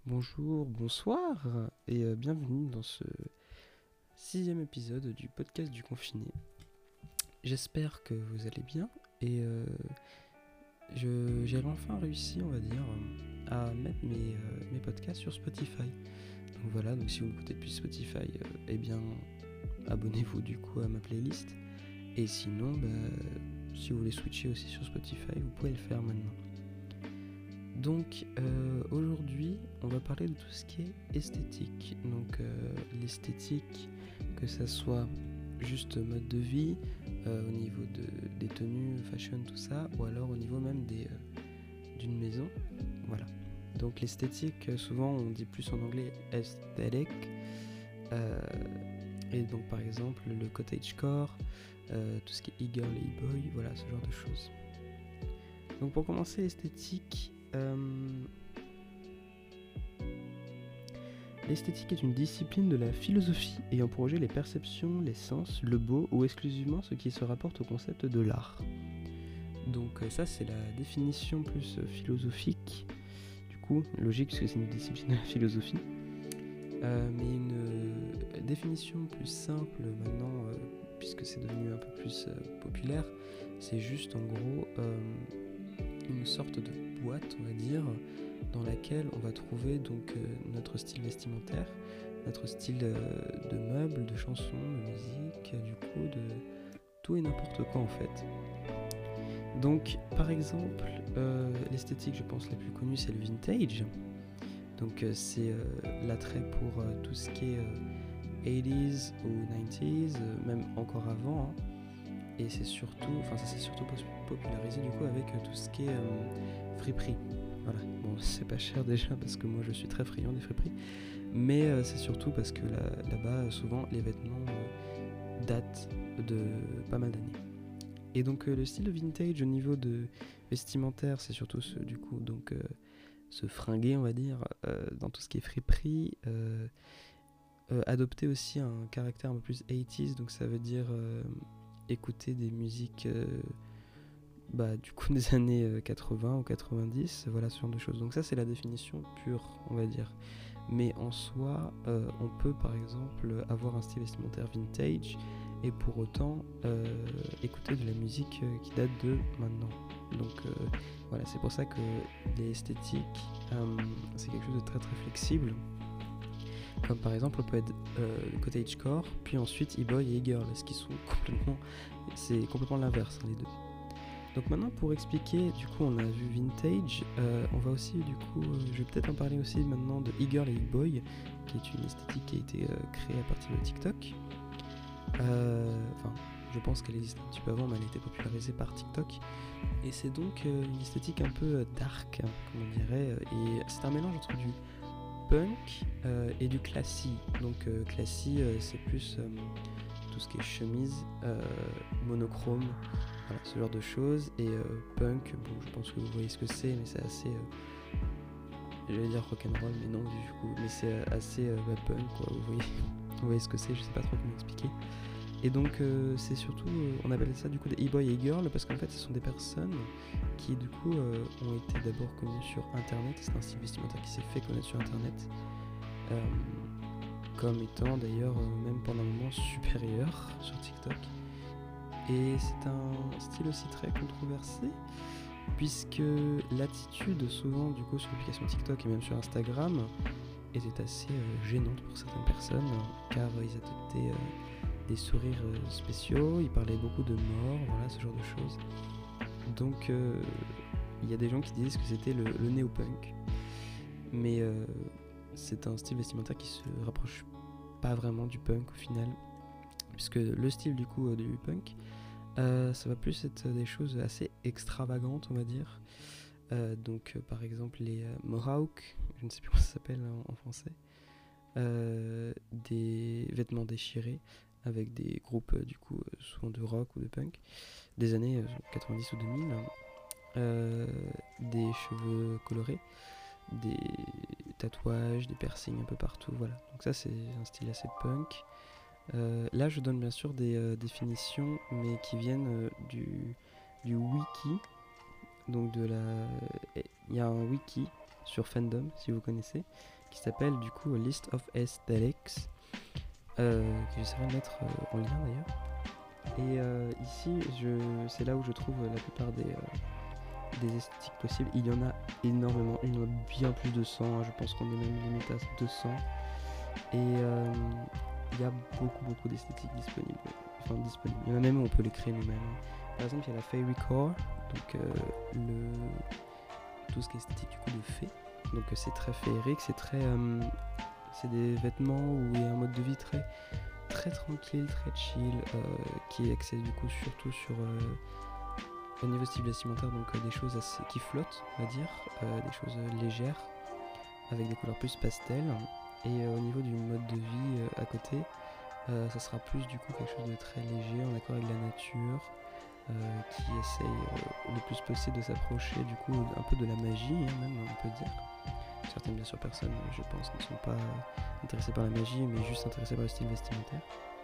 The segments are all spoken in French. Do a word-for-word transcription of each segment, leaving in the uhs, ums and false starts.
Bonjour, bonsoir et euh, bienvenue dans ce sixième épisode du podcast du confiné. J'espère que vous allez bien et euh, je, j'ai enfin réussi, on va dire, à mettre mes, euh, mes podcasts sur Spotify. Donc voilà, donc si vous m'écoutez depuis Spotify, euh, eh bien abonnez-vous du coup à ma playlist. Et sinon, bah, si vous voulez switcher aussi sur Spotify, vous pouvez le faire maintenant. Donc euh, aujourd'hui, on va parler de tout ce qui est esthétique. Donc euh, l'esthétique, que ça soit juste mode de vie, euh, au niveau de, des tenues, fashion, tout ça, ou alors au niveau même des, euh, d'une maison. Voilà. Donc l'esthétique, euh, souvent on dit plus en anglais aesthetic. Euh, et donc par exemple le cottagecore, euh, tout ce qui est e-girl et e-boy, voilà ce genre de choses. Donc pour commencer l'esthétique, euh, l'esthétique est une discipline de la philosophie ayant pour objet les perceptions, les sens, le beau ou exclusivement ce qui se rapporte au concept de l'art. Donc ça c'est la définition plus philosophique, du coup logique puisque c'est une discipline de la philosophie. Euh, mais une euh, définition plus simple maintenant, euh, puisque c'est devenu un peu plus euh, populaire, c'est juste en gros euh, une sorte de boîte, on va dire, dans laquelle on va trouver donc euh, notre style vestimentaire, notre style euh, de meubles, de chansons, de musique, euh, du coup de tout et n'importe quoi en fait. Donc par exemple, euh, l'esthétique je pense la plus connue c'est le vintage. Donc euh, c'est euh, l'attrait pour euh, tout ce qui est euh, eighties ou nineties, euh, même encore avant. Hein. Et c'est surtout, enfin ça s'est surtout popularisé du coup avec euh, tout ce qui est euh, friperie. Voilà, bon c'est pas cher déjà parce que moi je suis très friand des friperies. Mais euh, c'est surtout parce que là, là-bas souvent les vêtements euh, datent de pas mal d'années. Et donc euh, le style vintage au niveau de vestimentaire c'est surtout ce, du coup donc... Euh, se fringuer on va dire euh, dans tout ce qui est friperie, euh, euh, adopter aussi un caractère un peu plus eighties, donc ça veut dire euh, écouter des musiques euh, bah, du coup des années euh, quatre-vingts ou quatre-vingt-dix, voilà ce genre de choses. Donc ça c'est la définition pure on va dire, mais en soi euh, on peut par exemple avoir un style vestimentaire vintage et pour autant euh, écouter de la musique euh, qui date de maintenant. Donc euh, voilà, c'est pour ça que l'esthétique, euh, c'est quelque chose de très très flexible. Comme par exemple, on peut être euh, cottagecore, puis ensuite e-boy et e-girl, ce qui sont complètement, c'est complètement l'inverse hein, les deux. Donc maintenant pour expliquer, du coup on a vu vintage, euh, on va aussi du coup, euh, je vais peut-être en parler aussi maintenant de e-girl et e-boy, qui est une esthétique qui a été euh, créée à partir de TikTok. Euh, enfin, je pense qu'elle existe un petit peu avant, mais elle a été popularisée par TikTok. Et c'est donc euh, une esthétique un peu dark, hein, comme on dirait, et c'est un mélange entre du punk euh, et du classy. Donc euh, classy, euh, c'est plus euh, tout ce qui est chemise, euh, monochrome, voilà, ce genre de choses. Et euh, punk, bon, je pense que vous voyez ce que c'est, mais c'est assez... Euh, j'allais dire rock'n'roll, mais non du coup, mais c'est assez euh, bah, punk, quoi, vous voyez, vous voyez ce que c'est, je sais pas trop comment expliquer. Et donc euh, c'est surtout, euh, on appelle ça du coup des e-boy et e-girl parce qu'en fait ce sont des personnes qui du coup euh, ont été d'abord connues sur internet, c'est un style vestimentaire qui s'est fait connaître sur internet, euh, comme étant d'ailleurs euh, même pendant un moment supérieur sur TikTok. Et c'est un style aussi très controversé puisque l'attitude souvent du coup sur l'application TikTok et même sur Instagram était assez euh, gênante pour certaines personnes car euh, ils adoptaient... Euh, des sourires euh, spéciaux, il parlait beaucoup de mort, voilà, ce genre de choses. Donc il euh, y a des gens qui disent que c'était le, le néo-punk. Mais euh, c'est un style vestimentaire qui se rapproche pas vraiment du punk au final. Puisque le style du coup euh, du punk, euh, ça va plus être des choses assez extravagantes on va dire. Euh, donc euh, par exemple les euh, Mohawk, je ne sais plus comment ça s'appelle en, en français. Euh, des vêtements déchirés avec des groupes euh, du coup euh, souvent de rock ou de punk des années euh, quatre-vingt-dix ou deux mille, euh, des cheveux colorés, des tatouages, des piercings un peu partout, voilà. Donc ça c'est un style assez punk. Euh, là je donne bien sûr des euh, définitions mais qui viennent euh, du, du wiki, donc de la... Il y a un wiki sur Fandom, si vous connaissez, qui s'appelle du coup List of Aesthetics, euh, que j'essaierai de mettre euh, en lien d'ailleurs. Et euh, ici, je, c'est là où je trouve la plupart des, euh, des esthétiques possibles. Il y en a énormément, il y en a bien plus de cent, hein, je pense qu'on est même limite à deux cents. Et euh, il y a beaucoup beaucoup d'esthétiques disponibles. Enfin disponibles. Il y en a même où on peut les créer nous-mêmes. Hein. Par exemple, il y a la Fairy Core, donc euh, le tout ce qui est esthétique du coup de fée. Donc euh, c'est très féerique, c'est très euh, c'est des vêtements où il y a un mode de vie très très tranquille, très chill, euh, qui est axé du coup surtout sur euh, au niveau style vestimentaire, donc euh, des choses assez qui flottent, on va dire, euh, des choses euh, légères avec des couleurs plus pastel. Et euh, au niveau du mode de vie euh, à côté, euh, ça sera plus du coup quelque chose de très léger, en accord avec la nature, euh, qui essaye euh, le plus possible de s'approcher du coup un peu de la magie, hein, même on peut dire. Certaines bien sûr personnes, je pense, ne sont pas intéressées par la magie, mais juste intéressées par le style vestimentaire.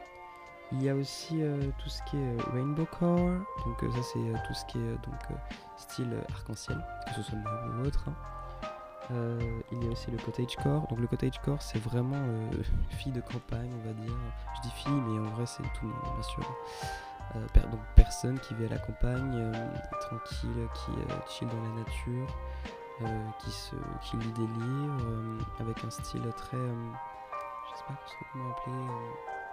Il y a aussi euh, tout ce qui est euh, rainbow core, donc euh, ça c'est euh, tout ce qui est euh, donc euh, style euh, arc-en-ciel, que ce soit le meuble ou autre. Hein. Euh, il y a aussi le cottagecore. Donc le cottagecore c'est vraiment euh, fille de campagne, on va dire. Je dis fille, mais en vrai c'est tout le monde, bien sûr. Euh, per- donc personne qui vit à la campagne, euh, tranquille, qui euh, chill dans la nature, euh, qui, se, qui lit des livres, euh, avec un style très, euh, je sais pas comment appeler, euh,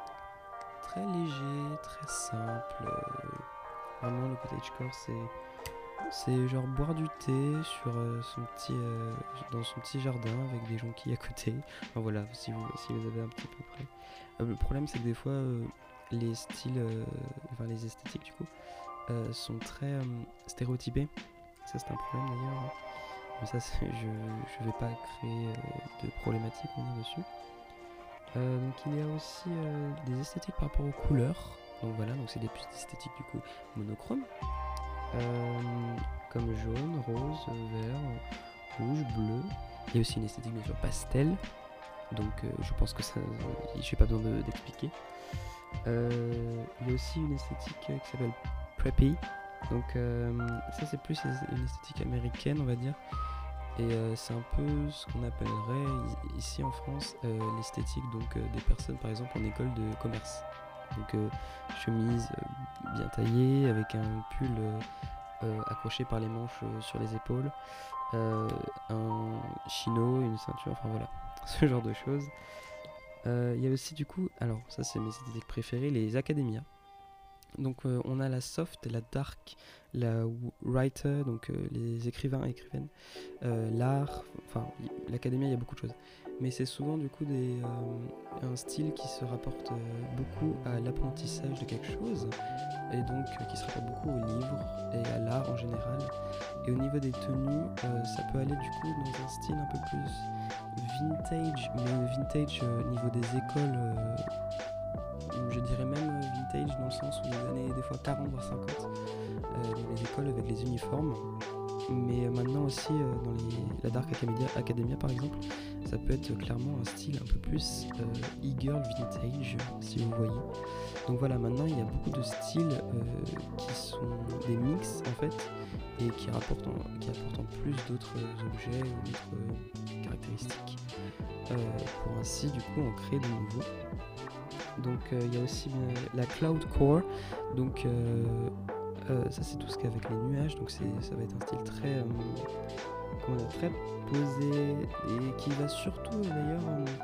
très léger, très simple. Euh, vraiment le cottagecore c'est C'est genre boire du thé sur euh, son petit, euh, dans son petit jardin avec des jonquilles à côté. Enfin voilà, si vous, si vous avez un petit peu près. Euh, le problème c'est que des fois euh, les styles, euh, enfin les esthétiques du coup, euh, sont très euh, stéréotypés. Ça c'est un problème d'ailleurs. Hein. Mais ça c'est, je, je vais pas créer euh, de problématiques on est dessus. Euh, donc il y a aussi euh, des esthétiques par rapport aux couleurs. Donc voilà, donc c'est des plus esthétiques du coup monochromes. Euh, comme jaune, rose, vert, rouge, bleu. Il y a aussi une esthétique bien sûr pastel. Donc euh, je pense que ça, je n'ai pas besoin de, d'expliquer. Euh, il y a aussi une esthétique euh, qui s'appelle preppy. Donc euh, ça c'est plus une esthétique américaine on va dire. Et euh, c'est un peu ce qu'on appellerait ici en France euh, l'esthétique donc euh, des personnes par exemple en école de commerce. Donc euh, chemise euh, bien taillée avec un pull euh, euh, accroché par les manches euh, sur les épaules, euh, un chino, une ceinture, enfin voilà, ce genre de choses. Il euh, y a aussi du coup, alors ça c'est mes esthétiques préférées, les académias. Donc euh, on a la soft, la dark, la writer, donc euh, les écrivains et écrivaines, euh, l'art, enfin l'académie il y a beaucoup de choses. Mais c'est souvent du coup des, euh, un style qui se rapporte euh, beaucoup à l'apprentissage de quelque chose et donc euh, qui se rapporte beaucoup aux livres et à l'art en général. Et au niveau des tenues, euh, ça peut aller du coup dans un style un peu plus vintage, mais vintage au euh, niveau des écoles. Euh, je dirais même vintage dans le sens où les années des fois quarante voire cinquante euh, dans les écoles avec les uniformes, mais maintenant aussi euh, dans les, la Dark Academia, Academia par exemple ça peut être clairement un style un peu plus euh, e-girl vintage si vous voyez. Donc voilà, maintenant il y a beaucoup de styles euh, qui sont des mix en fait et qui rapportent en, qui apportent en plus d'autres objets ou d'autres euh, caractéristiques euh, pour ainsi du coup en créer de nouveaux. Donc il euh, y a aussi euh, la Cloud Core, donc euh, euh, ça c'est tout ce qui est avec les nuages, donc c'est, ça va être un style très, euh, comment dire, très posé et qui va surtout d'ailleurs,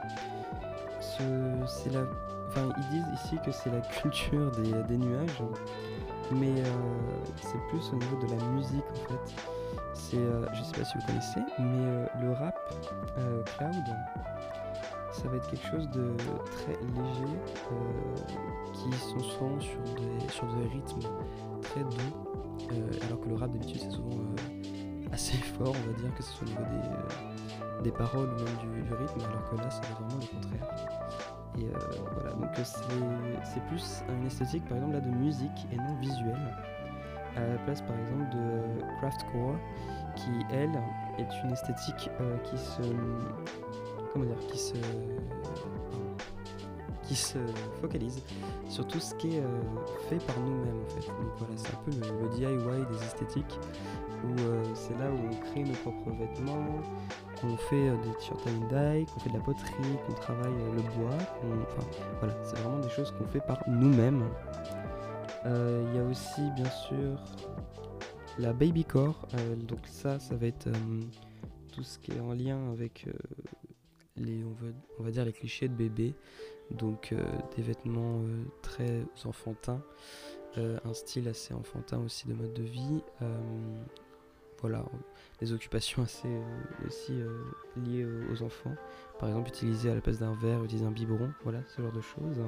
euh, ce, c'est la, enfin ils disent ici que c'est la culture des, des nuages, mais euh, c'est plus au niveau de la musique en fait. C'est, euh, je sais pas si vous connaissez, mais euh, le rap euh, cloud, ça va être quelque chose de très léger, euh, qui sont souvent sur des, sur des rythmes très doux, euh, alors que le rap d'habitude c'est souvent euh, assez fort, on va dire, que ce soit au niveau des, euh, des paroles ou même du, du rythme, alors que là ça va vraiment le contraire. Et euh, voilà, donc c'est, c'est plus une esthétique par exemple là de musique et non visuelle, à la place par exemple de craftcore, qui elle est une esthétique euh, qui se... comment dire, qui se, qui se focalise sur tout ce qui est euh, fait par nous-mêmes en fait. Donc voilà, c'est un peu le, le D I Y des esthétiques où euh, c'est là où on crée nos propres vêtements, qu'on fait euh, des t-shirts tie-dye, qu'on fait de la poterie, qu'on travaille euh, le bois, qu'on- enfin voilà, c'est vraiment des choses qu'on fait par nous-mêmes. Il euh, y a aussi bien sûr la babycore, euh, donc ça, ça va être euh, tout ce qui est en lien avec euh, les, on va, on va dire les clichés de bébé, donc euh, des vêtements euh, très enfantins, euh, un style assez enfantin aussi de mode de vie, euh, voilà, des occupations assez euh, aussi euh, liées aux, aux enfants, par exemple utiliser à la place d'un verre, utiliser un biberon, voilà, ce genre de choses.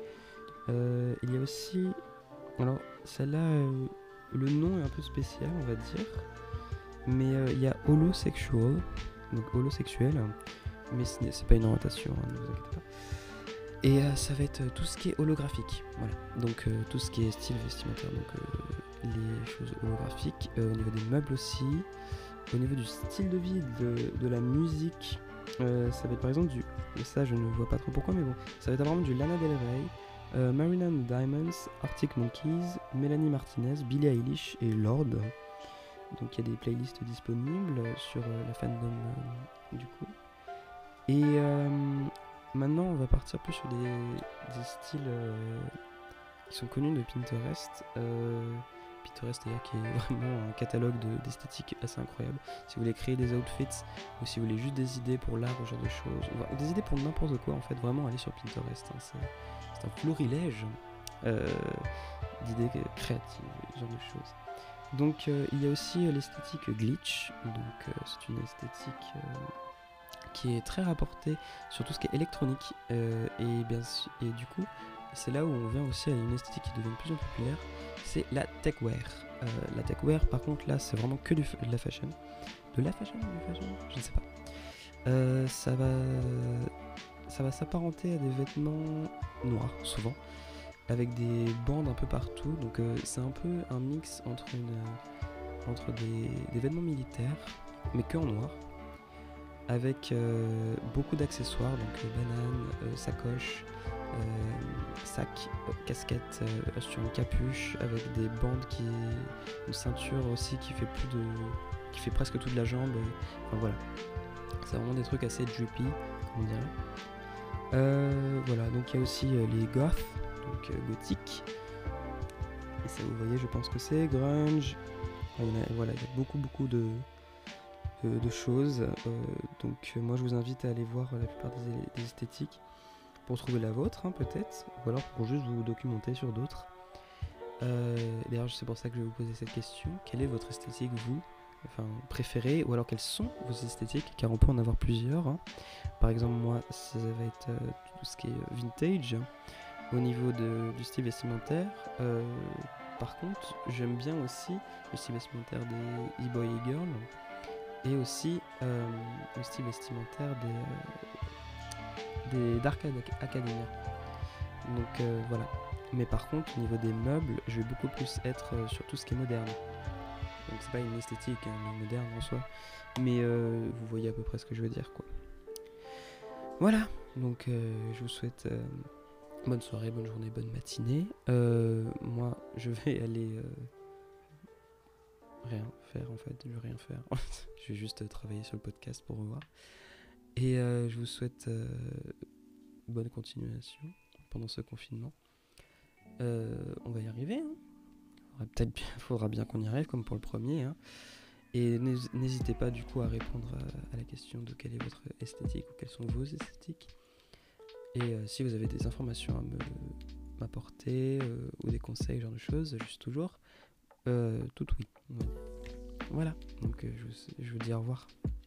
Euh, il y a aussi, alors celle-là, euh, le nom est un peu spécial, on va dire, mais euh, il y a holosexual, donc holosexuel, mais ce n'est- c'est pas une orientation, hein, ne vous inquiétez pas. Et euh, ça va être euh, tout ce qui est holographique, voilà. Donc euh, tout ce qui est style vestimentaire, donc euh, les choses holographiques, euh, au niveau des meubles aussi, au niveau du style de vie, de, de la musique, euh, ça va être par exemple du, et ça je ne vois pas trop pourquoi, mais bon, ça va être vraiment du Lana Del Rey, euh, Marina and Diamonds, Arctic Monkeys, Mélanie Martinez, Billie Eilish et Lorde. Donc il y a des playlists disponibles sur euh, la fandom euh, du coup. Et euh, maintenant on va partir plus sur des, des styles euh, qui sont connus de Pinterest. Euh, Pinterest d'ailleurs qui est vraiment un catalogue de, d'esthétique assez incroyable. Si vous voulez créer des outfits ou si vous voulez juste des idées pour l'art ou ce genre de choses, ou des idées pour n'importe quoi en fait, vraiment allez sur Pinterest. Hein, c'est, c'est un florilège euh, d'idées créatives, ce genre de choses. Donc euh, il y a aussi euh, l'esthétique glitch, donc euh, c'est une esthétique euh, qui est très rapportée sur tout ce qui est électronique euh, et, bien, et du coup c'est là où on vient aussi à une esthétique qui devient de plus en plus populaire, c'est la techwear. Euh, la techwear par contre là c'est vraiment que du, de la fashion. De la fashion ou du fashion je ne sais pas. Euh, ça va, ça va s'apparenter à des vêtements noirs souvent, avec des bandes un peu partout, donc euh, c'est un peu un mix entre, une, euh, entre des, des vêtements militaires, mais que en noir, avec euh, beaucoup d'accessoires, donc euh, bananes, euh, sacoches, euh, sacs, euh, casquettes euh, sur une capuche, avec des bandes qui, une ceinture aussi qui fait plus de, qui fait presque toute la jambe, enfin voilà, c'est vraiment des trucs assez drippy, comme on dirait. Euh, voilà, donc il y a aussi euh, les goths, donc euh, gothique. Et ça, vous voyez, je pense que c'est grunge. Enfin, il y en a, voilà, il y a beaucoup, beaucoup de, de, de choses. Euh, donc, euh, moi, je vous invite à aller voir la plupart des, des esthétiques pour trouver la vôtre, hein, peut-être, ou alors pour juste vous documenter sur d'autres. Euh, d'ailleurs, c'est pour ça que je vais vous poser cette question. Quelle est votre esthétique, vous, enfin, préférée, ou alors quelles sont vos esthétiques, car on peut en avoir plusieurs. Hein. Par exemple, moi, ça va être euh, tout ce qui est vintage. Au niveau de, du style vestimentaire, euh, par contre, j'aime bien aussi le style vestimentaire des e-boys et girls et aussi euh, le style vestimentaire des, euh, des Dark Academia. Donc euh, voilà. Mais par contre, au niveau des meubles, je vais beaucoup plus être euh, sur tout ce qui est moderne. Donc c'est pas une esthétique hein, moderne en soi, mais euh, vous voyez à peu près ce que je veux dire, quoi. Voilà. Donc euh, je vous souhaite euh, bonne soirée, bonne journée, bonne matinée. Euh, moi, je vais aller euh, rien faire en fait. Je vais rien faire. Je vais juste euh, travailler sur le podcast pour revoir. Et euh, je vous souhaite euh, bonne continuation pendant ce confinement. Euh, on va y arriver. Hein. Faudra peut-être bien, faudra bien qu'on y arrive comme pour le premier. Hein. Et n'hésitez pas du coup à répondre à, à la question de quelle est votre esthétique ou quelles sont vos esthétiques. Et euh, si vous avez des informations à me, m'apporter euh, ou des conseils, genre de choses, juste toujours, euh, tout oui. Voilà, donc euh, je, vous, je vous dis au revoir.